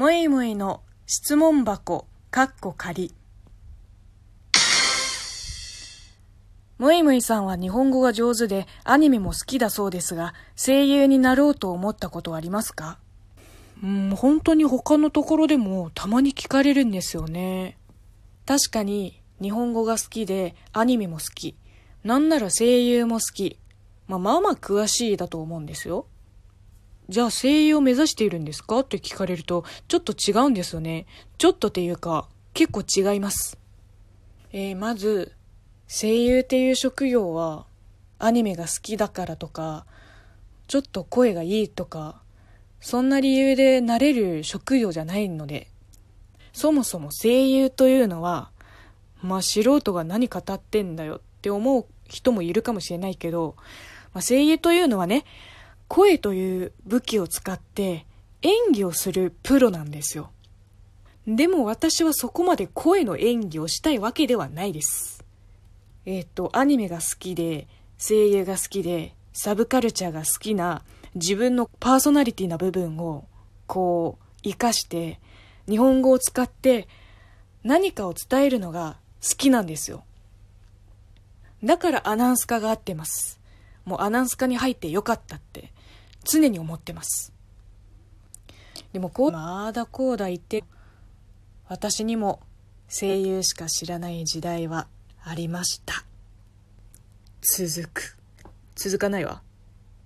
もいもいの質問箱仮。もいもいさんは日本語が上手でアニメも好きだそうですが、声優になろうと思ったことはありますか？本当に他のところでもたまに聞かれるんですよね。確かに日本語が好きでアニメも好き。なんなら声優も好き。まあまあ詳しいだと思うんですよ。じゃあ声優を目指しているんですかって聞かれるとちょっと違うんですよね。ちょっとっていうか結構違います。まず声優っていう職業はアニメが好きだからとかちょっと声がいいとかそんな理由でなれる職業じゃないので、そもそも声優というのは素人が何語ってんだよって思う人もいるかもしれないけど、声優というのはね、声という武器を使って演技をするプロなんですよ。でも私はそこまで声の演技をしたいわけではないです。アニメが好きで、声優が好きで、サブカルチャーが好きな自分のパーソナリティな部分を活かして日本語を使って何かを伝えるのが好きなんですよ。だからアナウンス科が合ってます。もうアナウンス科に入ってよかったって常に思ってます。でもまだこうだ言って私にも声優しか知らない時代はありました。続かないわ。